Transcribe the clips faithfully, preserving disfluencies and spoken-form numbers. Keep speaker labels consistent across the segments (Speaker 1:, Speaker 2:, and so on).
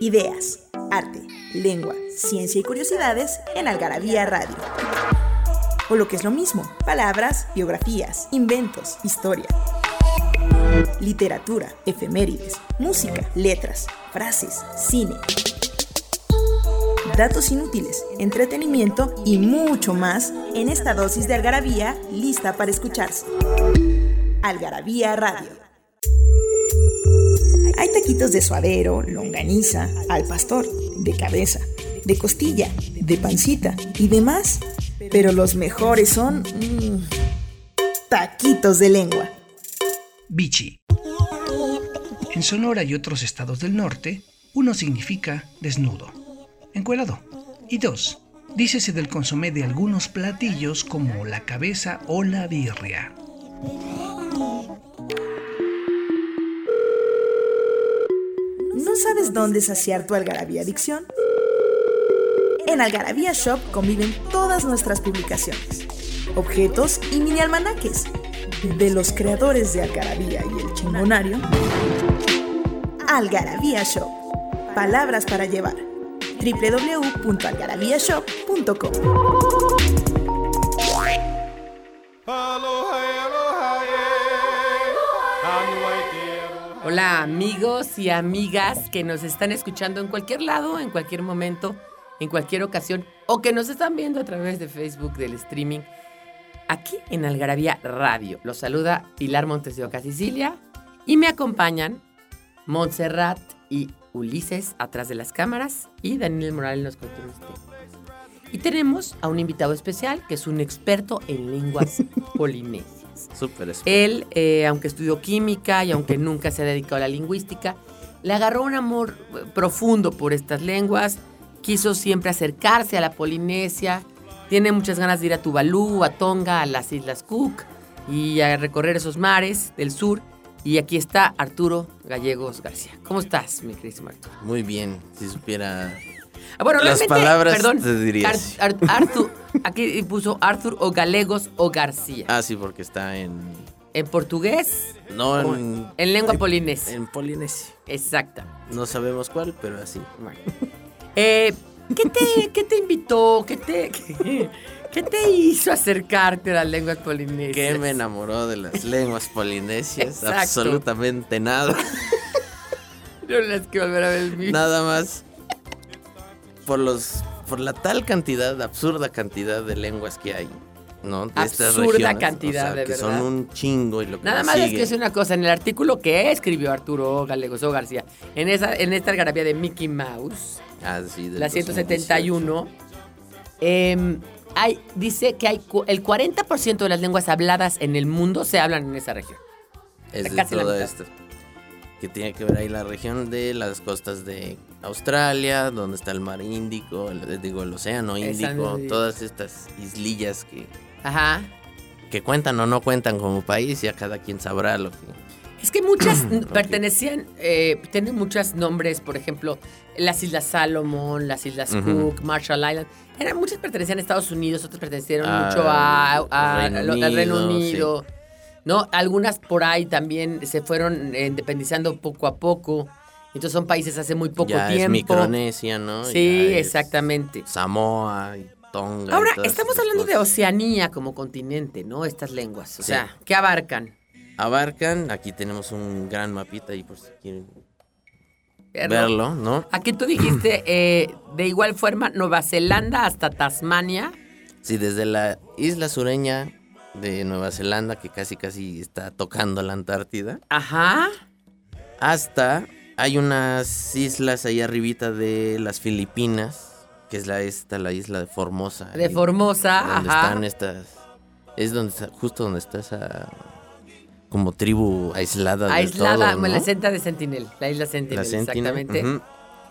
Speaker 1: Ideas, arte, lengua, ciencia y curiosidades en Algarabía Radio. O lo que es lo mismo, palabras, biografías, inventos, historia, literatura, efemérides, música, letras, frases, cine, datos inútiles, entretenimiento y mucho más en esta dosis de algarabía lista para escucharse. Algarabía Radio. Hay taquitos de suadero, longaniza, al pastor, de cabeza, de costilla, de pancita y demás, pero los mejores son mmm, taquitos de lengua.
Speaker 2: Bichi. En Sonora y otros estados del norte, uno significa desnudo, encuerado, y dos, dícese del consomé de algunos platillos como la cabeza o la birria.
Speaker 1: ¿No sabes dónde saciar tu algarabía adicción? En Algarabía Shop conviven todas nuestras publicaciones, objetos y mini almanaques de los creadores de Algarabía y el Chingonario. Algarabía Shop. Palabras para llevar. doble u doble u doble u punto algarabía shop punto com.
Speaker 3: Hola amigos y amigas que nos están escuchando en cualquier lado, en cualquier momento, en cualquier ocasión, o que nos están viendo a través de Facebook, del streaming, aquí en Algarabía Radio. Los saluda Pilar Montes de Oca, Sicilia, y me acompañan Montserrat y Ulises atrás de las cámaras y Daniel Morales en los controles técnicos. Y tenemos a un invitado especial que es un experto en lenguas polinesias.
Speaker 4: Súper experto.
Speaker 3: Él, eh, aunque estudió química y aunque nunca se ha dedicado a la lingüística, le agarró un amor profundo por estas lenguas, quiso siempre acercarse a la Polinesia, tiene muchas ganas de ir a Tuvalu, a Tonga, a las Islas Cook y a recorrer esos mares del sur. Y aquí está Arturo Gallegos García. ¿Cómo estás, mi queridísimo Arturo?
Speaker 4: Muy bien, si supiera
Speaker 3: ah, bueno,
Speaker 4: las palabras,
Speaker 3: perdón,
Speaker 4: te diría
Speaker 3: Ar,
Speaker 4: sí.
Speaker 3: Ar, Artur, aquí puso Artur o Gallegos o García.
Speaker 4: Ah, sí, porque está en...
Speaker 3: ¿En portugués?
Speaker 4: No, en...
Speaker 3: En lengua
Speaker 4: en,
Speaker 3: polinesia.
Speaker 4: En polinesia.
Speaker 3: Exacto.
Speaker 4: No sabemos cuál, pero así.
Speaker 3: Bueno. Eh, ¿qué, te, ¿Qué te invitó? ¿Qué te, qué, ¿Qué te hizo acercarte a las lenguas polinesias?
Speaker 4: ¿Qué me enamoró de las lenguas polinesias?
Speaker 3: Exacto.
Speaker 4: Absolutamente nada.
Speaker 3: No las que volver a ver el mismo.
Speaker 4: Nada más por los por la tal cantidad, absurda cantidad de lenguas que hay, ¿no? De estas
Speaker 3: Absurda
Speaker 4: regiones,
Speaker 3: cantidad,
Speaker 4: o sea,
Speaker 3: de
Speaker 4: que
Speaker 3: verdad.
Speaker 4: son un chingo y lo que
Speaker 3: Nada
Speaker 4: le
Speaker 3: más
Speaker 4: sigue.
Speaker 3: es que es una cosa, en el artículo que escribió Arturo Gallegos o García, en esa en esta algarabía de Mickey Mouse,
Speaker 4: Ah, sí, del
Speaker 3: la ciento setenta y
Speaker 4: dos mil
Speaker 3: uno, eh, hay, dice que hay cu- el cuarenta por ciento de las lenguas habladas en el mundo se hablan en esa región.
Speaker 4: dieciocho. Es de
Speaker 3: Casi la
Speaker 4: toda
Speaker 3: mitad.
Speaker 4: esta. Que tiene que ver ahí la región de las costas de Australia, donde está el mar Índico, el, digo, el océano Índico,
Speaker 3: Esa-
Speaker 4: todas estas islillas que,
Speaker 3: Ajá.
Speaker 4: que cuentan o no cuentan como país, ya cada quien sabrá lo que...
Speaker 3: Es que muchas pertenecían, eh, tienen muchos nombres, por ejemplo, las Islas Salomón, las Islas
Speaker 4: Ujú.
Speaker 3: Cook, Marshall Island. Eran, muchas pertenecían a Estados Unidos, otras pertenecieron
Speaker 4: Ah,
Speaker 3: mucho a, a-
Speaker 4: Reino
Speaker 3: a lo- al Reino
Speaker 4: Unido,
Speaker 3: Unido. ¿No? Algunas por ahí también se fueron eh, independizando poco a poco. Entonces son países hace muy poco
Speaker 4: ya
Speaker 3: tiempo.
Speaker 4: es Micronesia, ¿no?
Speaker 3: Sí,
Speaker 4: Ya es
Speaker 3: exactamente.
Speaker 4: Samoa y Tonga.
Speaker 3: Ahora,
Speaker 4: y todas
Speaker 3: estamos
Speaker 4: esas
Speaker 3: hablando de
Speaker 4: cosas.
Speaker 3: Oceanía como continente, ¿no? Estas lenguas. O
Speaker 4: Sí.
Speaker 3: sea, ¿qué abarcan?
Speaker 4: Abarcan, aquí tenemos un gran mapita ahí por si quieren
Speaker 3: Verlo.
Speaker 4: verlo, ¿no?
Speaker 3: Aquí tú dijiste, eh, de igual forma, Nueva Zelanda hasta Tasmania.
Speaker 4: Sí, desde la isla sureña de Nueva Zelanda, que casi casi está tocando la Antártida,
Speaker 3: Ajá.
Speaker 4: hasta hay unas islas ahí arribita de las Filipinas, que es la esta, la isla de Formosa.
Speaker 3: De
Speaker 4: ahí,
Speaker 3: Formosa,
Speaker 4: donde
Speaker 3: ajá.
Speaker 4: están estas, es donde está, justo donde está esa como tribu aislada de
Speaker 3: Aislada,
Speaker 4: todo,
Speaker 3: bueno,
Speaker 4: ¿no?
Speaker 3: la isla de Sentinel, la isla Sentinel,
Speaker 4: La Sentinel,
Speaker 3: exactamente.
Speaker 4: ujú.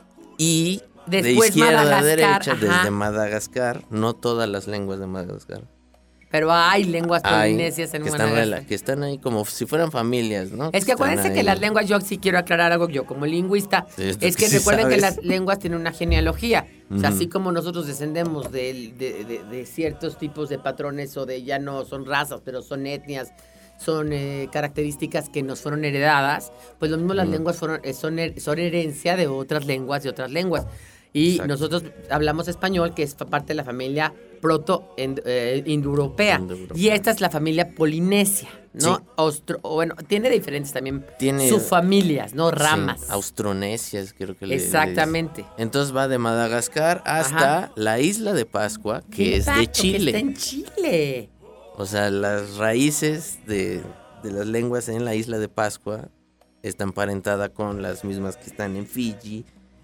Speaker 4: Y de
Speaker 3: Después
Speaker 4: izquierda a
Speaker 3: Madagascar,
Speaker 4: derecha,
Speaker 3: ajá.
Speaker 4: desde Madagascar, no todas las lenguas de Madagascar.
Speaker 3: Pero hay lenguas
Speaker 4: Hay
Speaker 3: polinesias en
Speaker 4: que están,
Speaker 3: Madagascar.
Speaker 4: rela- que están ahí como si fueran familias, ¿no?
Speaker 3: Es que
Speaker 4: Están
Speaker 3: acuérdense que
Speaker 4: ahí.
Speaker 3: las lenguas, yo sí quiero aclarar algo yo como lingüista,
Speaker 4: Sí, esto
Speaker 3: es que
Speaker 4: sí
Speaker 3: recuerden que
Speaker 4: sabes.
Speaker 3: las lenguas tienen una genealogía. O sea,
Speaker 4: Ujú.
Speaker 3: así como nosotros descendemos de, de- de- de ciertos tipos de patrones o de ya no son razas, pero son etnias, son eh, características que nos fueron heredadas, pues lo mismo las mm. lenguas fueron, son, son herencia de otras lenguas, de otras lenguas. Y Exacto. nosotros hablamos español, que es parte de la familia proto-indoeuropea. Eh, y esta es la familia polinesia, ¿no? Sí. Austro, bueno, tiene diferentes también tiene, subfamilias, ¿no? Ramas.
Speaker 4: Sí, austronesias, creo que le
Speaker 3: Exactamente.
Speaker 4: Le Entonces va de Madagascar hasta Ajá. la isla de Pascua, que es de Chile.
Speaker 3: Que está en Chile.
Speaker 4: O sea, las raíces de, de las lenguas en la isla de Pascua están emparentadas con las mismas que están en Fiji,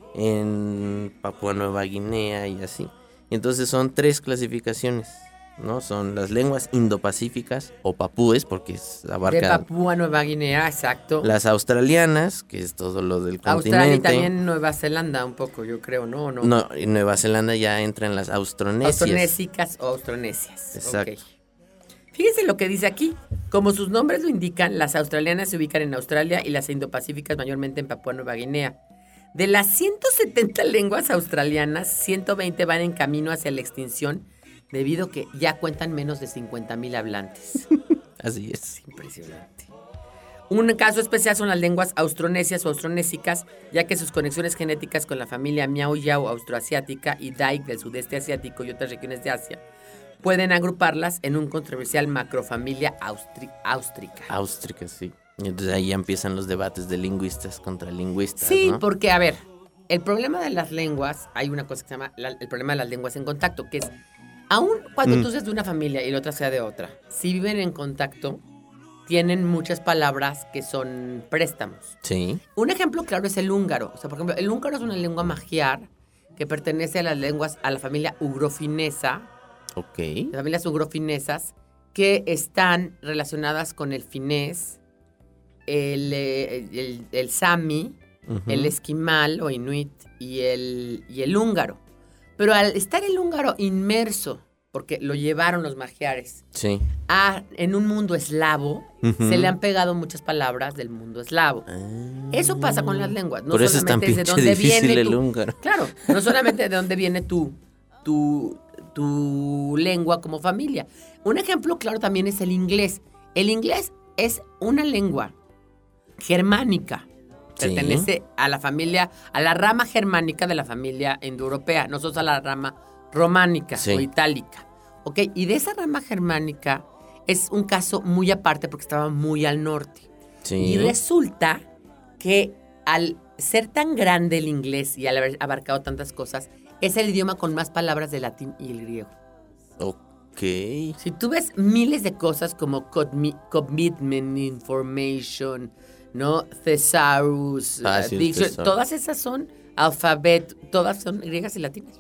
Speaker 4: en Papúa Nueva Guinea y así. Entonces son tres clasificaciones, ¿no? Son las lenguas indopacíficas o papúes, porque es, abarca...
Speaker 3: De Papúa Nueva Guinea, exacto.
Speaker 4: Las australianas, que es todo lo del continente.
Speaker 3: Australia y también Nueva Zelanda un poco, yo creo, ¿no? No,
Speaker 4: no en Nueva Zelanda ya entra en las austronesias.
Speaker 3: Austronésicas o austronesias.
Speaker 4: Exacto.
Speaker 3: Okay. Fíjense lo que dice aquí. Como sus nombres lo indican, las australianas se ubican en Australia y las indopacíficas mayormente en Papúa Nueva Guinea. De las ciento setenta lenguas australianas, ciento veinte van en camino hacia la extinción debido a que ya cuentan menos de cincuenta mil hablantes.
Speaker 4: Así es.
Speaker 3: Impresionante. Un caso especial son las lenguas austronesias o austronésicas, ya que sus conexiones genéticas con la familia Miao Yao austroasiática y Daik del sudeste asiático y otras regiones de Asia pueden agruparlas en un controversial macrofamilia austri- áustrica.
Speaker 4: Áustrica, sí. Y entonces ahí ya empiezan los debates de lingüistas contra lingüistas,
Speaker 3: Sí,
Speaker 4: ¿no?
Speaker 3: porque, a ver, el problema de las lenguas, hay una cosa que se llama la, el problema de las lenguas en contacto, que es, aun cuando mm. tú seas de una familia y la otra sea de otra, si viven en contacto, tienen muchas palabras que son préstamos.
Speaker 4: Sí.
Speaker 3: Un ejemplo claro es el húngaro. O sea, por ejemplo, el húngaro es una lengua magiar que pertenece a las lenguas, a la familia ugrofinesa.
Speaker 4: Ok.
Speaker 3: Las familias ugrofinesas que están relacionadas con el finés, el, el, el, el sami, uh-huh. el esquimal o inuit y el, y el húngaro. Pero al estar el húngaro inmerso, porque lo llevaron los magiares,
Speaker 4: sí.
Speaker 3: a, en un mundo eslavo, uh-huh. se le han pegado muchas palabras del mundo eslavo. Ah. Eso pasa con las lenguas. No
Speaker 4: Por eso
Speaker 3: solamente
Speaker 4: es tan
Speaker 3: es de dónde viene
Speaker 4: el
Speaker 3: tu,
Speaker 4: húngaro.
Speaker 3: Claro, no solamente de dónde viene tu, tu, tu lengua como familia. Un ejemplo claro también es el inglés. El inglés es una lengua germánica.
Speaker 4: Sí.
Speaker 3: Pertenece a la familia, a la rama germánica de la familia indoeuropea. Nosotros a la rama románica sí. o itálica. ¿Ok? Y de esa rama germánica es un caso muy aparte porque estaba muy al norte.
Speaker 4: Sí.
Speaker 3: Y resulta que al ser tan grande el inglés y al haber abarcado tantas cosas, es el idioma con más palabras del latín y el griego.
Speaker 4: Ok.
Speaker 3: Si tú ves miles de cosas como commi- commitment, information, ¿no? Thesaurus,
Speaker 4: ah,
Speaker 3: uh,
Speaker 4: sí,
Speaker 3: dictionary, todas esas son alfabeto, todas son griegas y latinas.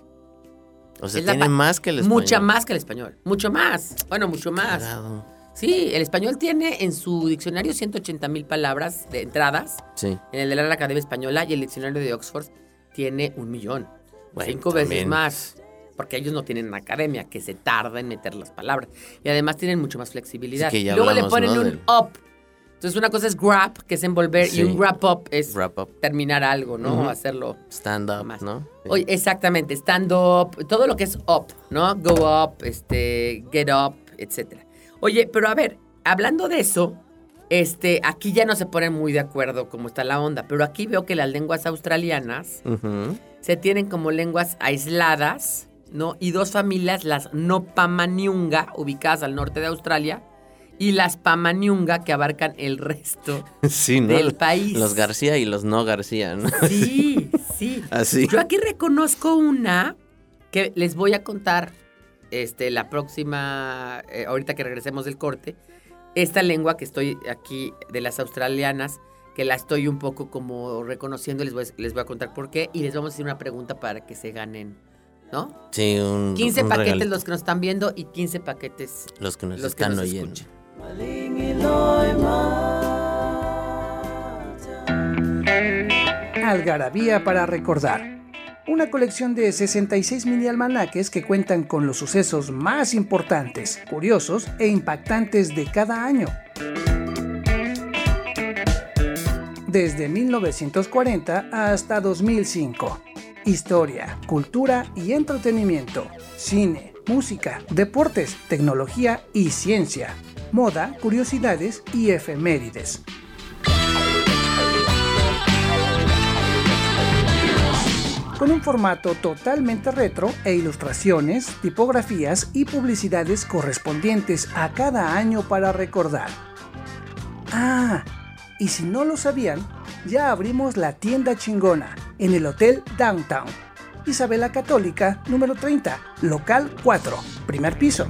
Speaker 4: O sea,
Speaker 3: es
Speaker 4: tiene
Speaker 3: pa-
Speaker 4: más que el español.
Speaker 3: Mucha más que el español. Mucho más. Bueno, mucho más.
Speaker 4: Carado.
Speaker 3: Sí, el español tiene en su diccionario ciento ochenta mil palabras de entradas.
Speaker 4: Sí.
Speaker 3: En el de la Academia Española y el diccionario de Oxford tiene un millón.
Speaker 4: Bueno,
Speaker 3: cinco
Speaker 4: también.
Speaker 3: veces más. Porque ellos no tienen una academia que se tarda en meter las palabras. Y además tienen mucho más flexibilidad.
Speaker 4: Sí, que ya
Speaker 3: y luego
Speaker 4: hablamos,
Speaker 3: le ponen
Speaker 4: ¿no?
Speaker 3: un
Speaker 4: del...
Speaker 3: up. Entonces una cosa es grab, que es envolver,
Speaker 4: Sí.
Speaker 3: y un wrap up es
Speaker 4: Wrap up.
Speaker 3: terminar algo, ¿no?
Speaker 4: Uh-huh.
Speaker 3: Hacerlo
Speaker 4: Stand up,
Speaker 3: más.
Speaker 4: ¿no? Sí.
Speaker 3: Oye, exactamente, stand up, todo lo que es up, ¿no? Go up, este, get up, etcétera. Oye, pero a ver, hablando de eso, este, aquí ya no se ponen muy de acuerdo cómo está la onda, pero aquí veo que las lenguas australianas
Speaker 4: Uh-huh.
Speaker 3: se tienen como lenguas aisladas, ¿no? Y dos familias, las Nopamaniunga, ubicadas al norte de Australia, y las Pamaniunga, que abarcan el resto
Speaker 4: Sí, ¿no?
Speaker 3: del país.
Speaker 4: Los García y los no García, ¿no?
Speaker 3: Sí, sí.
Speaker 4: Así.
Speaker 3: Yo aquí reconozco una que les voy a contar este, la próxima, eh, ahorita que regresemos del corte, esta lengua que estoy aquí de las australianas, que la estoy un poco como reconociendo, les voy, a- les voy a contar por qué, y les vamos a hacer una pregunta para que se ganen, ¿no?
Speaker 4: Sí, un
Speaker 3: quince
Speaker 4: un
Speaker 3: paquetes
Speaker 4: regalito.
Speaker 3: los que nos están viendo y quince paquetes
Speaker 4: Los que nos
Speaker 3: los que
Speaker 4: están
Speaker 3: nos
Speaker 4: oyendo.
Speaker 3: escuchan.
Speaker 2: Algarabía para recordar. Una colección de sesenta y seis mini almanaques que cuentan con los sucesos más importantes, curiosos e impactantes de cada año. Desde mil novecientos cuarenta hasta dos mil cinco. Historia, cultura y entretenimiento, cine, música, deportes, tecnología y ciencia. moda, curiosidades y efemérides. Con un formato totalmente retro e ilustraciones, tipografías y publicidades correspondientes a cada año para recordar. Ah, y si no lo sabían, ya abrimos la tienda chingona en el Hotel Downtown, Isabela Católica, número treinta, local cuatro, primer piso.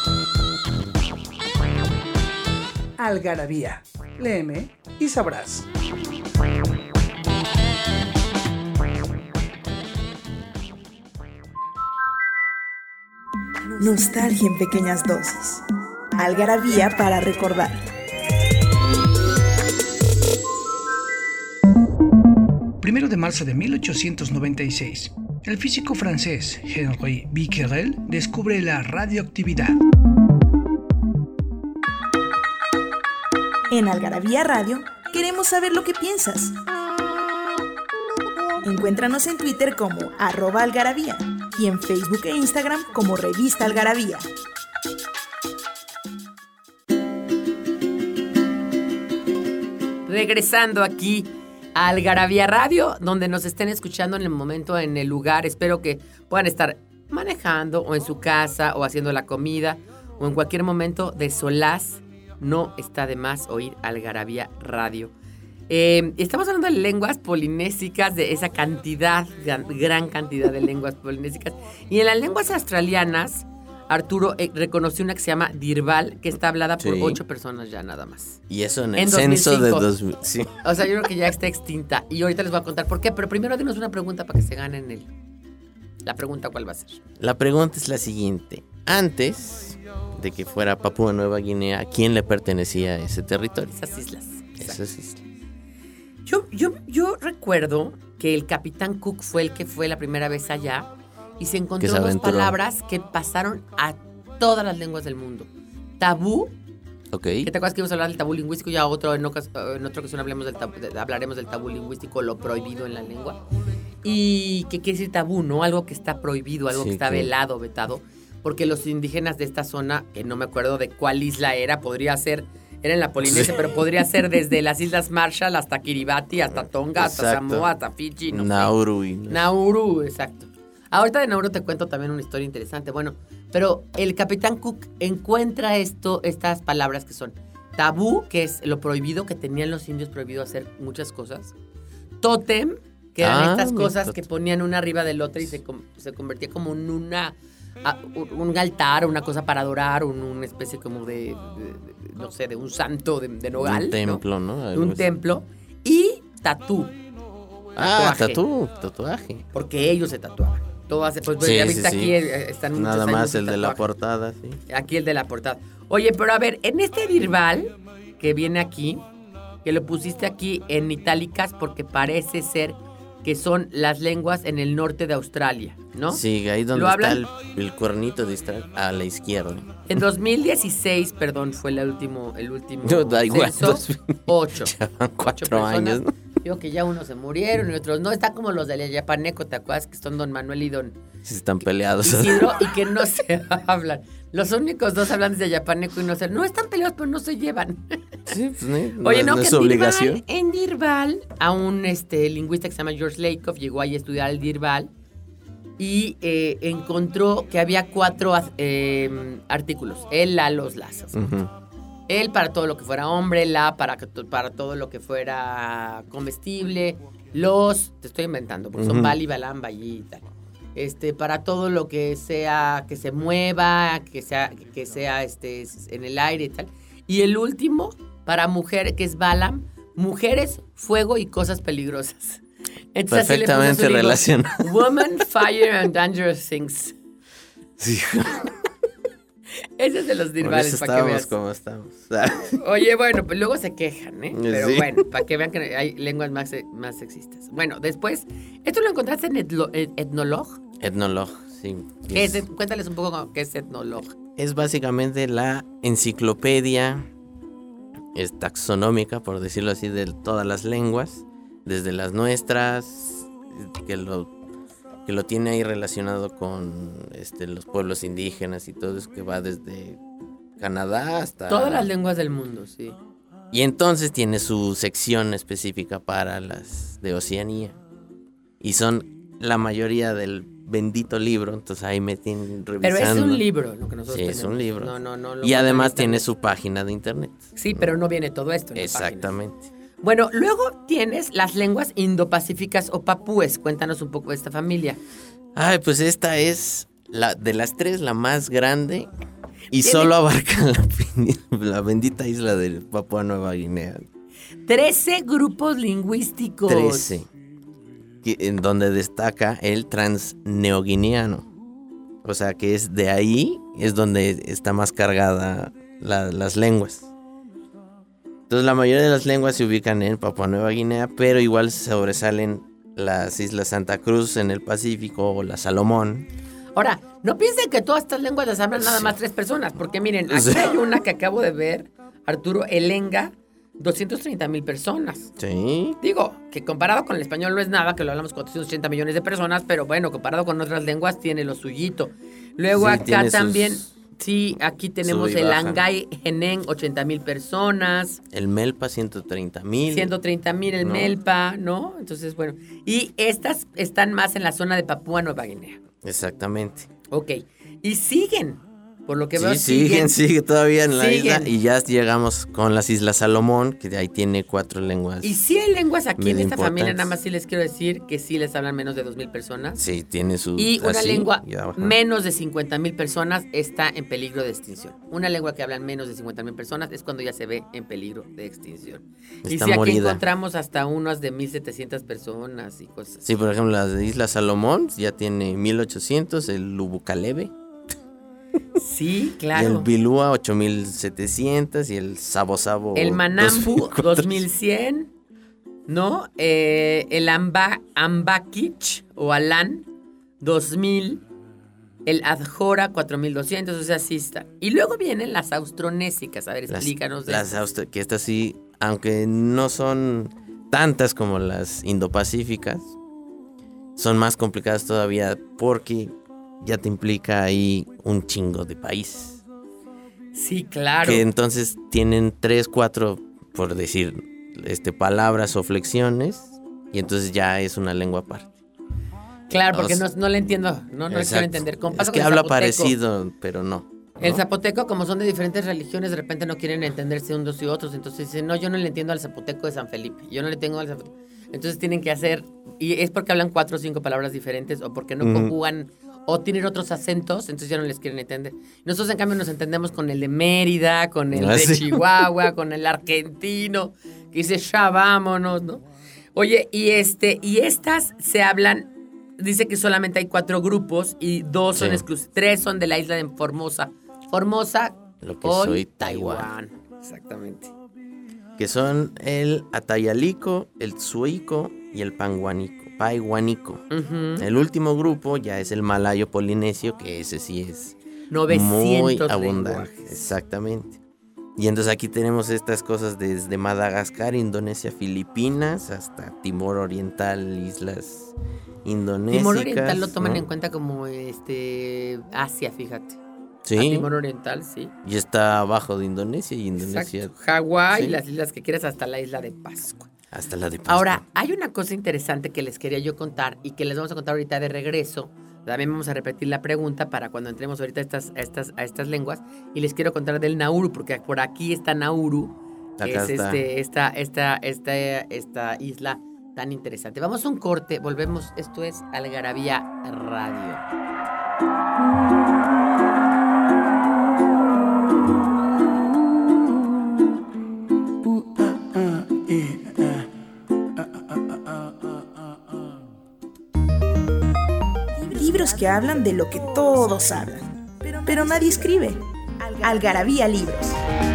Speaker 2: Algarabía, léeme y sabrás.
Speaker 1: Nostalgia en pequeñas dosis. Algarabía para recordar.
Speaker 2: Primero de marzo de mil ochocientos noventa y seis, el físico francés Henri Becquerel descubre la radioactividad.
Speaker 1: En Algarabía Radio queremos saber lo que piensas. Encuéntranos en Twitter como arroba algarabía y en Facebook e Instagram como Revista Algarabía.
Speaker 3: Regresando aquí a Algarabía Radio, donde nos estén escuchando en el momento, en el lugar. Espero que puedan estar manejando o en su casa o haciendo la comida o en cualquier momento de solaz. No está de más oír Algarabía Radio. Eh, estamos hablando de lenguas polinésicas, de esa cantidad, gran, gran cantidad de lenguas polinésicas. Y en las lenguas australianas, Arturo eh, reconoció una que se llama Dirbal, que está hablada por sí. ocho personas ya nada más.
Speaker 4: Y eso en el en censo de dos mil. Sí.
Speaker 3: O sea, yo creo que ya está extinta. Y ahorita les voy a contar por qué. Pero primero dinos una pregunta para que se ganen el... La pregunta, ¿cuál va a ser?
Speaker 4: La pregunta es la siguiente. Antes de que fuera Papúa Nueva Guinea, ¿a quién le pertenecía ese territorio?
Speaker 3: Esas islas.
Speaker 4: Esas islas.
Speaker 3: Yo, yo, yo recuerdo que el Capitán Cook fue el que fue la primera vez allá y se encontró se dos palabras que pasaron a todas las lenguas del mundo. Tabú.
Speaker 4: Okay.
Speaker 3: ¿Que te acuerdas que íbamos a hablar del tabú lingüístico? Ya otro, en, ocas, en otra ocasión hablemos del tabú, de, hablaremos del tabú lingüístico, lo prohibido en la lengua. Y que quiere decir tabú, ¿no? Algo que está prohibido, algo sí, que está que... velado, vetado. Porque los indígenas de esta zona, que no me acuerdo de cuál isla era, podría ser... Era en la Polinesia, sí. pero podría ser desde las Islas Marshall hasta Kiribati, hasta Tonga, exacto. hasta Samoa, hasta Fiji. No
Speaker 4: Nauru.
Speaker 3: Sé.
Speaker 4: Y no
Speaker 3: Nauru, exacto. Ahorita de Nauru te cuento también una historia interesante. Bueno, pero el Capitán Cook encuentra esto, estas palabras que son tabú, que es lo prohibido, que tenían los indios prohibido hacer muchas cosas. Tótem, que eran ah, estas cosas que ponían una arriba del otro y se, se convertía como en una... A, un altar, una cosa para adorar, un, una especie como de, de, de, no sé, de un santo de, de nogal.
Speaker 4: Un templo, ¿no?
Speaker 3: ¿no? Un templo. Y tatú.
Speaker 4: Ah, tatú, tatuaje.
Speaker 3: Porque ellos se tatuaban. Todo hace, pues,
Speaker 4: sí,
Speaker 3: ya viste
Speaker 4: sí,
Speaker 3: aquí,
Speaker 4: sí.
Speaker 3: están
Speaker 4: nada muchos más el de la portada, sí.
Speaker 3: Aquí el de la portada. Oye, pero a ver, en este Dirbal que viene aquí, que lo pusiste aquí en itálicas porque parece ser que son las lenguas en el norte de Australia, ¿no?
Speaker 4: Sí, ahí donde está el, el cuernito de estar a la izquierda.
Speaker 3: En dos mil dieciséis, perdón, fue el último, el último
Speaker 4: no, da igual,
Speaker 3: censo, ocho.
Speaker 4: Ya van cuatro ocho años, ¿no?
Speaker 3: Digo que ya unos se murieron y otros no. Está como los de Yapaneco, ¿te acuerdas? Que son Don Manuel y Don...
Speaker 4: Sí, están peleados.
Speaker 3: Isidro, y que no se hablan. Los únicos dos hablantes de Yapaneco y no se... No están peleados, pero no se llevan.
Speaker 4: Sí, pues no,
Speaker 3: Oye, no,
Speaker 4: no
Speaker 3: que
Speaker 4: es
Speaker 3: en
Speaker 4: obligación.
Speaker 3: Dirbal, en Dirbal, a un este, lingüista que se llama George Lakoff llegó ahí a estudiar el Dirbal y eh, encontró que había cuatro eh, artículos. El, la, los, las. Uh-huh. El para todo lo que fuera hombre, la para, para todo lo que fuera comestible, los, te estoy inventando, porque uh-huh. son bali, balamba y tal. Este, para todo lo que sea, que se mueva, que sea, que sea este, en el aire y tal. Y el último, para mujer, que es Balam, mujeres, fuego y cosas peligrosas. Entonces,
Speaker 4: perfectamente relacionado.
Speaker 3: Woman, fire and dangerous things.
Speaker 4: Sí.
Speaker 3: Ese es de los Dirbales, para que veas.
Speaker 4: Como estamos.
Speaker 3: Oye, bueno, pues luego se quejan, ¿eh? Pero
Speaker 4: sí.
Speaker 3: bueno, para que vean que hay lenguas más, más sexistas. Bueno, después, ¿esto lo encontraste en etlo, Etnolog?
Speaker 4: Etnolog, sí.
Speaker 3: ¿Qué es? Es, cuéntales un poco qué es Etnolog.
Speaker 4: Es básicamente la enciclopedia es taxonómica, por decirlo así, de todas las lenguas, desde las nuestras, que lo, que lo tiene ahí relacionado con este, los pueblos indígenas y todo eso, que va desde Canadá hasta...
Speaker 3: Todas las lenguas del mundo, sí.
Speaker 4: Y entonces tiene su sección específica para las de Oceanía. Y son la mayoría del bendito libro, entonces ahí me tienen revisando.
Speaker 3: Pero es un libro lo que nosotros
Speaker 4: Sí,
Speaker 3: tenemos.
Speaker 4: es un libro.
Speaker 3: No, no, no.
Speaker 4: Y además tiene su página de internet.
Speaker 3: Sí, pero no viene todo esto en
Speaker 4: Exactamente.
Speaker 3: la página. Bueno, luego tienes las lenguas indopacíficas o papúes. Cuéntanos un poco de esta familia.
Speaker 4: Ay, pues esta es la de las tres la más grande y
Speaker 3: ¿Tiene?
Speaker 4: solo abarca la, la bendita isla de Papúa Nueva Guinea.
Speaker 3: Trece grupos lingüísticos.
Speaker 4: Trece. En donde destaca el transneoguineano. O sea que es de ahí, es donde está más cargada la, las lenguas. Entonces la mayoría de las lenguas se ubican en Papúa Nueva Guinea, pero igual sobresalen las islas Santa Cruz en el Pacífico o la Salomón.
Speaker 3: Ahora, no piensen que todas estas lenguas las hablan nada
Speaker 4: Sí.
Speaker 3: más tres personas, porque miren, aquí
Speaker 4: Sí.
Speaker 3: hay una que acabo de ver, Arturo Elenga, doscientas treinta mil personas.
Speaker 4: Sí.
Speaker 3: Digo, que comparado con el español no es nada, que lo hablamos cuatrocientos ochenta millones de personas, pero bueno, comparado con otras lenguas tiene lo suyito. Luego
Speaker 4: Sí,
Speaker 3: acá
Speaker 4: tiene sus-
Speaker 3: también, sí, aquí tenemos
Speaker 4: sube y
Speaker 3: el
Speaker 4: baja.
Speaker 3: Angay Genén, ochenta mil personas,
Speaker 4: El Melpa, ciento treinta mil.
Speaker 3: ciento treinta mil el
Speaker 4: No.
Speaker 3: Melpa, ¿no? Entonces, bueno, y estas están más en la zona de Papúa Nueva Guinea.
Speaker 4: Exactamente.
Speaker 3: Ok, y siguen, por lo que
Speaker 4: Sí,
Speaker 3: veo,
Speaker 4: siguen, sigue todavía en la
Speaker 3: Siguen.
Speaker 4: isla. Y ya llegamos con las Islas Salomón, que de ahí tiene cuatro lenguas.
Speaker 3: Y sí hay lenguas aquí en
Speaker 4: medio
Speaker 3: esta familia,
Speaker 4: importantes.
Speaker 3: nada más sí les quiero decir que sí les hablan menos de dos mil personas.
Speaker 4: Sí, tiene su...
Speaker 3: Y una
Speaker 4: así,
Speaker 3: lengua
Speaker 4: y abajo.
Speaker 3: menos de cincuenta mil personas está en peligro de extinción. Una lengua que hablan menos de cincuenta mil personas es cuando ya se ve en peligro de extinción. y
Speaker 4: Está
Speaker 3: si aquí
Speaker 4: morida.
Speaker 3: encontramos hasta unas de mil setecientas personas y cosas.
Speaker 4: Sí, por ejemplo, las de Isla Salomón ya tiene mil ochocientos, el Lubucalebe.
Speaker 3: Sí,
Speaker 4: Y
Speaker 3: claro.
Speaker 4: el Bilúa, ocho mil setecientos. Y el Sabo Sabo.
Speaker 3: El Manambu,
Speaker 4: dos mil cuatrocientos.
Speaker 3: dos mil cien, ¿no? Eh, el Amba, Ambakich o Alan, dos mil. El Adjora, cuatro mil doscientos, o sea, sí está. Y luego vienen las austronésicas. A ver,
Speaker 4: Las-
Speaker 3: explícanos de
Speaker 4: Las
Speaker 3: esas.
Speaker 4: austro- que estas sí, aunque no son tantas como las indopacíficas, son más complicadas todavía porque ya te implica ahí un chingo de países.
Speaker 3: Sí, claro.
Speaker 4: Que entonces tienen tres, cuatro, por decir, este, palabras o flexiones, y entonces ya es una lengua aparte.
Speaker 3: Claro, porque
Speaker 4: O
Speaker 3: no,
Speaker 4: sea,
Speaker 3: no le entiendo, no, no le quiero
Speaker 4: Exacto.
Speaker 3: entender. Como
Speaker 4: Es
Speaker 3: pasa
Speaker 4: que
Speaker 3: con el
Speaker 4: habla
Speaker 3: zapoteco.
Speaker 4: parecido, pero no.
Speaker 3: El
Speaker 4: ¿no?
Speaker 3: zapoteco, como son de diferentes religiones, de repente no quieren entenderse unos y otros. Entonces dicen, no, yo no le entiendo al zapoteco de San Felipe. Yo no le tengo al zapoteco. Entonces tienen que hacer, y es porque hablan cuatro o cinco palabras diferentes, o porque no
Speaker 4: Ujú.
Speaker 3: conjugan, o tienen otros acentos, entonces ya no les quieren entender. Nosotros, en cambio, nos entendemos con el de Mérida, con el
Speaker 4: Ah,
Speaker 3: de
Speaker 4: sí.
Speaker 3: Chihuahua, con el argentino, que dice, ya vámonos, ¿no? Oye, y este, y estas se hablan, dice que solamente hay cuatro grupos y dos son
Speaker 4: Sí.
Speaker 3: exclusivos, tres son de la isla de Formosa. Formosa
Speaker 4: Lo que
Speaker 3: con
Speaker 4: soy
Speaker 3: Taiwán. Exactamente.
Speaker 4: Que son el Atayalico, el Tsuico y el Panguanico. Paihuanico.
Speaker 3: Ujú.
Speaker 4: El último grupo ya es el malayo polinesio, que ese sí es
Speaker 3: novecientos
Speaker 4: muy abundante.
Speaker 3: lenguajes.
Speaker 4: Exactamente. Y entonces aquí tenemos estas cosas desde Madagascar, Indonesia, Filipinas, hasta Timor Oriental, islas indonésicas.
Speaker 3: Timor Oriental lo toman
Speaker 4: ¿no?
Speaker 3: en cuenta como este Asia, fíjate.
Speaker 4: Sí,
Speaker 3: A Timor Oriental, sí.
Speaker 4: y está abajo de Indonesia y Indonesia
Speaker 3: Exacto. Hawái,
Speaker 4: Sí.
Speaker 3: las islas que quieras, hasta la isla de Pascua.
Speaker 4: hasta la de Pascua.
Speaker 3: Ahora, hay una cosa interesante que les quería yo contar y que les vamos a contar ahorita de regreso. También vamos a repetir la pregunta para cuando entremos ahorita a estas, a estas, a estas lenguas. Y les quiero contar del Nauru, porque por aquí está Nauru, que
Speaker 4: Acá
Speaker 3: es
Speaker 4: está.
Speaker 3: este, esta, esta, esta, esta isla tan interesante. Vamos a un corte, volvemos. Esto es Algarabía Radio.
Speaker 1: Libros que hablan de lo que todos hablan, pero nadie escribe. Algarabía Libros.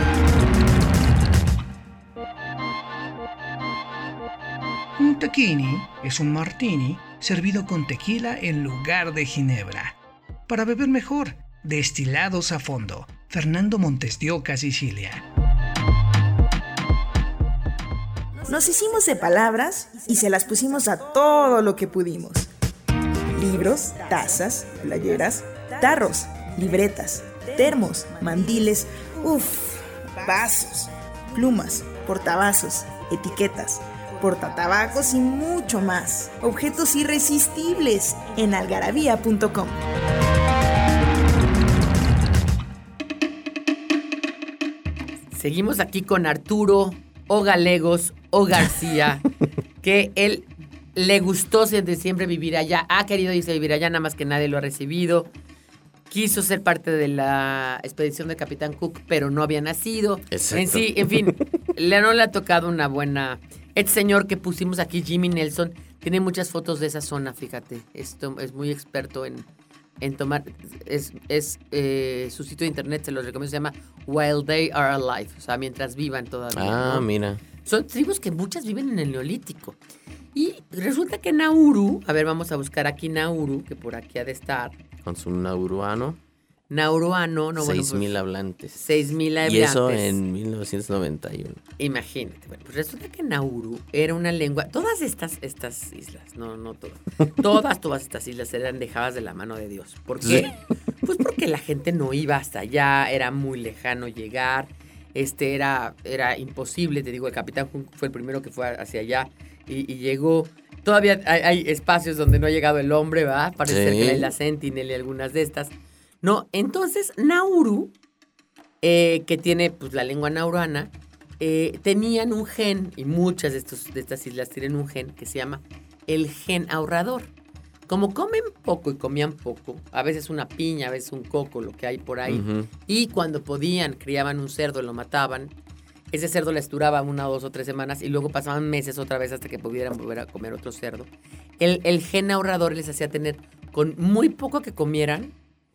Speaker 2: Un tequini es un martini servido con tequila en lugar de ginebra. Para beber mejor, destilados a fondo. Fernando Montes de Oca, Sicilia.
Speaker 1: Nos hicimos de palabras y se las pusimos a todo lo que pudimos. Libros, tazas, playeras, tarros, libretas, termos, mandiles, Uf, vasos, plumas, portavasos, etiquetas, portatabacos y mucho más. Objetos irresistibles en algarabía punto com.
Speaker 3: Seguimos aquí con Arturo O Galegos O García, que él le gustó desde siempre vivir allá, ha querido irse a vivir allá, nada más que nadie lo ha recibido. Quiso ser parte de la expedición de Capitán Cook, pero no había nacido.
Speaker 4: Exacto.
Speaker 3: En sí, en fin, le no le ha tocado una buena... Este señor que pusimos aquí, Jimmy Nelson, tiene muchas fotos de esa zona, fíjate. Esto es muy experto en, en tomar... Es, es eh, su sitio de internet, se los recomiendo, se llama While They Are Alive. O sea, mientras vivan todavía.
Speaker 4: Ah,
Speaker 3: ¿no?
Speaker 4: mira.
Speaker 3: Son tribus que muchas viven en el Neolítico. Y resulta que Nauru, a ver, vamos a buscar aquí Nauru, que por aquí ha de estar.
Speaker 4: Con su nauruano.
Speaker 3: Nauruano, no, bueno,
Speaker 4: Seis mil
Speaker 3: pues,
Speaker 4: hablantes.
Speaker 3: seis mil hablantes.
Speaker 4: Y eso en mil novecientos noventa y uno.
Speaker 3: Imagínate. Bueno, pues resulta que Nauru era una lengua... Todas estas, estas islas, no, no todas. Todas, todas estas islas eran dejadas de la mano de Dios. ¿Por qué? Sí. Pues porque la gente no iba hasta allá, era muy lejano llegar. Este era, era imposible, te digo, el Capitán Cook fue el primero que fue hacia allá y, y llegó. Todavía hay, hay espacios donde no ha llegado el hombre, ¿verdad? Parece sí. ser que la isla Sentinel y algunas de estas. No, entonces Nauru, eh, que tiene pues la lengua nauruana, eh, tenían un gen, y muchas de, estos, de estas islas tienen un gen que se llama el gen ahorrador. Como comen poco y comían poco, a veces una piña, a veces un coco, lo que hay por ahí, uh-huh. y cuando podían, criaban un cerdo, lo mataban, ese cerdo les duraba una, dos o tres semanas y luego pasaban meses otra vez hasta que pudieran volver a comer otro cerdo. El, el gen ahorrador les hacía tener, con muy poco que comieran,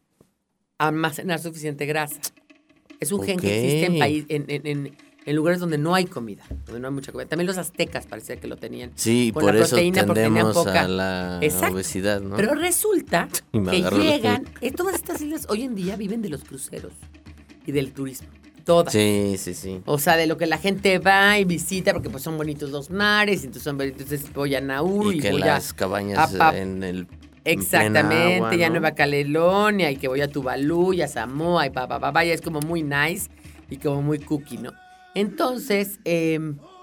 Speaker 3: almacenar suficiente grasa. Es un okay. gen que existe en, país, en, en, en, en lugares donde no hay comida, donde no hay mucha comida. También los aztecas parecía que lo tenían.
Speaker 4: Sí,
Speaker 3: con
Speaker 4: por
Speaker 3: la
Speaker 4: eso
Speaker 3: proteína,
Speaker 4: tendemos
Speaker 3: poca.
Speaker 4: a la
Speaker 3: Exacto.
Speaker 4: obesidad, ¿no?
Speaker 3: Pero resulta que llegan, eh, todas estas islas hoy en día viven de los cruceros y del turismo. Todas.
Speaker 4: Sí, sí, sí.
Speaker 3: O sea, de lo que la gente va y visita, porque pues son bonitos los mares, entonces son entonces voy a Nauru y,
Speaker 4: y que
Speaker 3: voy
Speaker 4: las
Speaker 3: a,
Speaker 4: cabañas
Speaker 3: a, a,
Speaker 4: en el
Speaker 3: exactamente,
Speaker 4: agua,
Speaker 3: ya
Speaker 4: ¿no?
Speaker 3: Nueva Caledonia y que voy a Tuvalu y a Samoa y pa, pa, pa, pa, ya es como muy nice y como muy cookie, ¿no? Entonces, eh,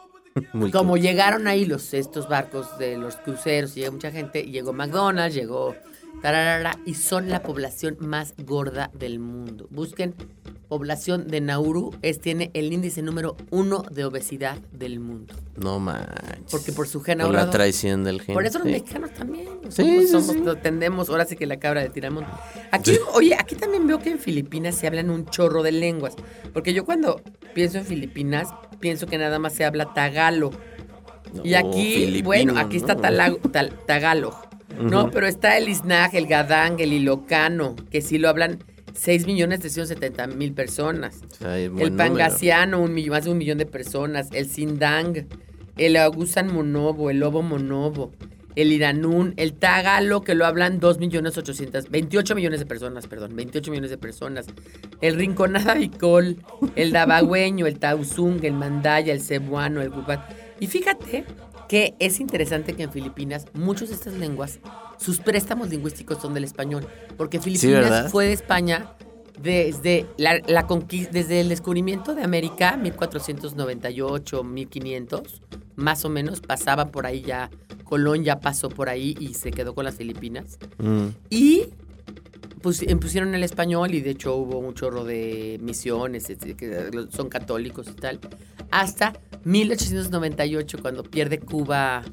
Speaker 3: como cool. llegaron ahí los estos barcos de los cruceros y llegó mucha gente, llegó McDonald's, llegó tararara, y son la población más gorda del mundo. Busquen población de Nauru, es, tiene el índice número uno de obesidad del mundo.
Speaker 4: No manches.
Speaker 3: Porque por su gen
Speaker 4: Por
Speaker 3: ahorrador.
Speaker 4: la traición del gen.
Speaker 3: Por eso los
Speaker 4: sí.
Speaker 3: mexicanos también.
Speaker 4: Sí,
Speaker 3: somos,
Speaker 4: sí,
Speaker 3: somos,
Speaker 4: sí.
Speaker 3: Lo tendemos, ahora sí que la cabra de Tiramón. Aquí, sí. Oye, aquí también veo que en Filipinas se hablan un chorro de lenguas. Porque yo cuando pienso en Filipinas, pienso que nada más se habla tagalo. No, y aquí, bueno, aquí está
Speaker 4: ¿no?
Speaker 3: talag, tal, Tagalog. Uh-huh. No, pero está el Isnag, el Gadang, el Ilocano, que sí lo hablan seis millones trescientos setenta mil personas.
Speaker 4: O sea,
Speaker 3: el Pangasiano, un millón, más de un millón de personas. El Sindang, el Agusan Monobo, el Lobo Monobo, el Iranún, el Tagalo, que lo hablan dos millones ochocientos, veintiocho millones de personas, perdón, veintiocho millones de personas. El Rinconada Bicol, el Dabagüeño, el Tauzung, el Mandaya, el Cebuano, el Gupat. Y fíjate que es interesante que en Filipinas, muchas de estas lenguas, sus préstamos lingüísticos son del español. Porque Filipinas sí, fue de España desde, la, la conquista, desde el descubrimiento de América, mil cuatrocientos noventa y ocho, mil quinientos, más o menos, pasaba por ahí ya, Colón ya pasó por ahí y se quedó con las Filipinas. Mm. Y pues, pusieron el español y de hecho hubo un chorro de misiones, que son católicos y tal, hasta mil ochocientos noventa y ocho, cuando pierde Cuba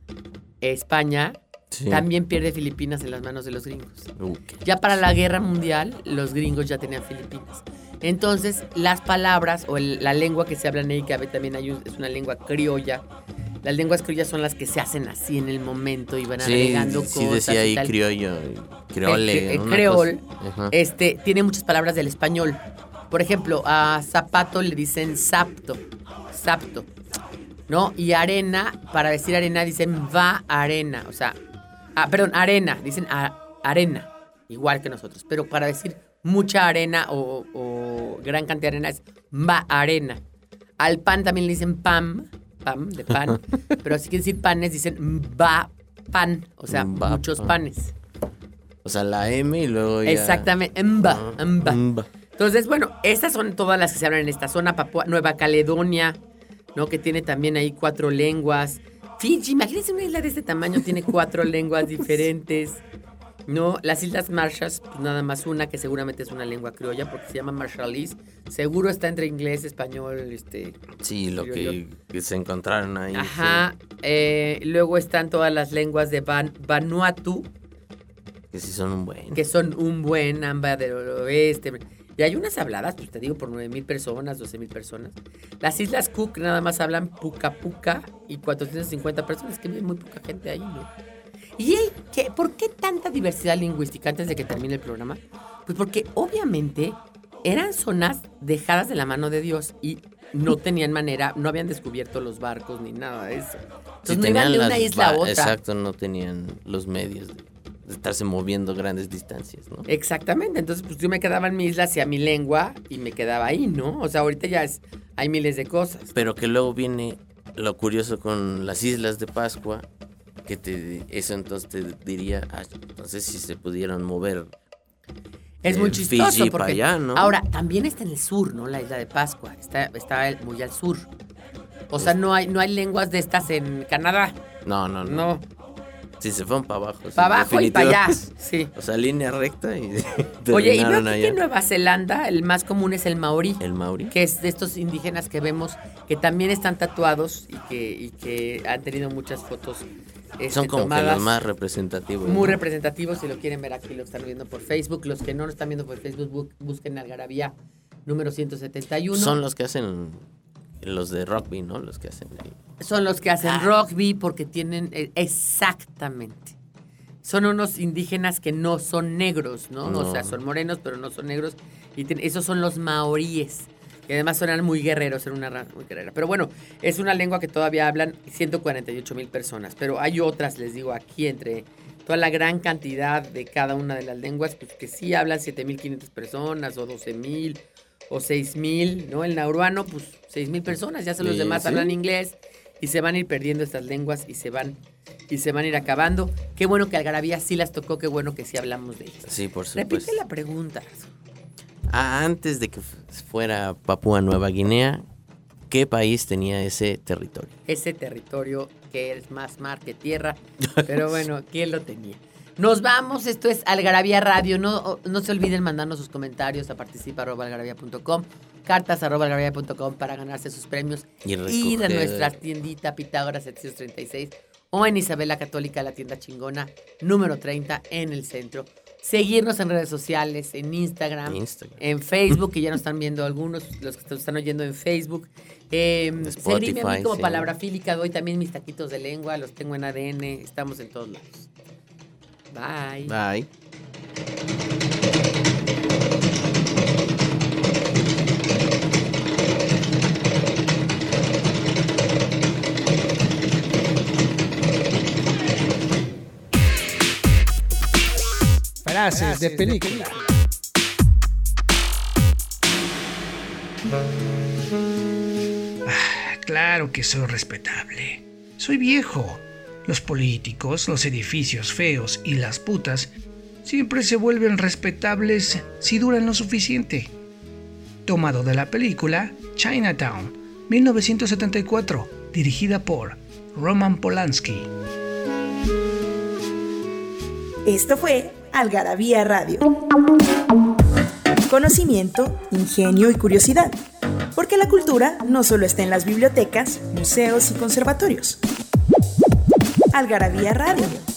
Speaker 3: España, sí. también pierde Filipinas en las manos de los gringos. Okay. Ya para la guerra mundial, los gringos ya tenían Filipinas. Entonces, las palabras o el, la lengua que se habla en ahí, que también hay un, es una lengua criolla. Las lenguas criollas son las que se hacen así en el momento y van sí, agregando
Speaker 4: sí,
Speaker 3: cosas.
Speaker 4: Sí, decía ahí
Speaker 3: tal.
Speaker 4: criollo, creole.
Speaker 3: El, el creol este, tiene muchas palabras del español. Por ejemplo, a zapato le dicen zapto, zapto, ¿no? Y arena, para decir arena, dicen va arena, o sea, ah, perdón, arena, dicen a, arena, igual que nosotros. Pero para decir mucha arena o, o gran cantidad de arena es va arena. Al pan también le dicen pam, pam, de pan, pero si quieren decir panes, dicen va pan, o sea, va muchos pan. panes.
Speaker 4: O sea, la M y luego ya...
Speaker 3: Exactamente, mba, mba. mba. Entonces, bueno, estas son todas las que se hablan en esta zona. Papúa Nueva Caledonia, ¿no? Que tiene también ahí cuatro lenguas. Fiji, imagínense una isla de este tamaño, tiene cuatro lenguas diferentes. No, las Islas Marshall, pues nada más una, que seguramente es una lengua criolla, porque se llama Marshallese. Seguro está entre inglés, español, este...
Speaker 4: Sí, lo que, que se encontraron ahí.
Speaker 3: Ajá. Sí. Eh, luego están todas las lenguas de Van, Vanuatu.
Speaker 4: Que sí son un buen.
Speaker 3: Que son un buen, ambas del oeste. Y hay unas habladas, pues te digo, por nueve mil personas, doce mil personas. Las Islas Cook nada más hablan Puka Puka y cuatrocientas cincuenta personas, que hay muy poca gente ahí, ¿no? ¿Y qué, por qué tanta diversidad lingüística antes de que termine el programa? Pues porque obviamente eran zonas dejadas de la mano de Dios y no tenían manera, no habían descubierto los barcos ni nada de eso. Entonces
Speaker 4: sí,
Speaker 3: no iban de una isla a otra.
Speaker 4: Exacto, no tenían los medios de, de estarse moviendo grandes distancias, ¿no?
Speaker 3: Exactamente, entonces pues yo me quedaba en mi isla hacia mi lengua y me quedaba ahí, ¿no? O sea, ahorita ya es, hay miles de cosas.
Speaker 4: Pero que luego viene lo curioso con las Islas de Pascua, que te, eso entonces te diría, ah, entonces si se pudieron mover.
Speaker 3: Es muy chistoso
Speaker 4: Fiji
Speaker 3: porque
Speaker 4: allá, ¿no?
Speaker 3: Ahora también está en el sur, ¿no? La isla de Pascua está, está muy al sur. O sea, no hay no hay lenguas de estas en Canadá.
Speaker 4: No, no, no.
Speaker 3: No.
Speaker 4: Sí, se fueron para abajo.
Speaker 3: Para abajo y para allá, sí.
Speaker 4: O sea, línea recta y
Speaker 3: Oye, y veo aquí que en Nueva Zelanda el más común es el maorí.
Speaker 4: El maorí.
Speaker 3: Que es de estos indígenas que vemos que también están tatuados y que, y que han tenido muchas fotos. Este,
Speaker 4: Son como que los más representativos.
Speaker 3: Muy
Speaker 4: ¿no?
Speaker 3: representativos, si lo quieren ver aquí, lo están viendo por Facebook. Los que no lo están viendo por Facebook, busquen Algarabía número ciento setenta y uno.
Speaker 4: Son los que hacen, los de rugby, ¿no? Los que hacen.
Speaker 3: Son los que hacen ah. rugby porque tienen, eh, exactamente. Son unos indígenas que no son negros, ¿no? no. O sea, son morenos, pero no son negros. Y ten, esos son los maoríes. Que además suenan muy guerreros, son una raza muy guerrera. Pero bueno, es una lengua que todavía hablan ciento cuarenta y ocho mil personas. Pero hay otras, les digo, aquí entre toda la gran cantidad de cada una de las lenguas, pues que sí hablan siete mil quinientas personas, o doce mil, o seis mil, ¿no? El nauruano, pues seis mil personas, ya son los sí, demás, ¿sí? Hablan inglés, y se van a ir perdiendo estas lenguas, y se van, y se van a ir acabando. Qué bueno que Algarabía sí las tocó, qué bueno que sí hablamos de ellas.
Speaker 4: Sí, por supuesto.
Speaker 3: Repite la pregunta.
Speaker 4: Ah, antes de que fuera Papúa Nueva Guinea, ¿qué país tenía ese territorio?
Speaker 3: Ese territorio que es más mar que tierra, pero bueno, ¿quién lo tenía? Nos vamos, esto es Algarabía Radio, no, no se olviden mandarnos sus comentarios a participa arroba algarabía punto com, cartas arroba algarabía punto com para ganarse sus premios,
Speaker 4: y
Speaker 3: ir a nuestra tiendita Pitágoras setecientos treinta y seis o en Isabela Católica, la tienda chingona, número treinta en el centro. Seguirnos en redes sociales, en Instagram, Instagram. En Facebook, que ya nos están viendo algunos, los que nos están oyendo en Facebook. Eh, seguirme a mí como sí. Palabra Fílica, doy también mis taquitos de lengua, los tengo en A D N, estamos en todos lados. Bye.
Speaker 4: Bye.
Speaker 2: Frases de película. Ah, claro que soy respetable. Soy viejo. Los políticos, los edificios feos y las putas siempre se vuelven respetables si duran lo suficiente. Tomado de la película Chinatown, mil novecientos setenta y cuatro, dirigida por Roman Polanski.
Speaker 1: Esto fue Algarabía Radio. Conocimiento, ingenio y curiosidad. Porque la cultura no solo está en las bibliotecas, museos y conservatorios. Algarabía Radio.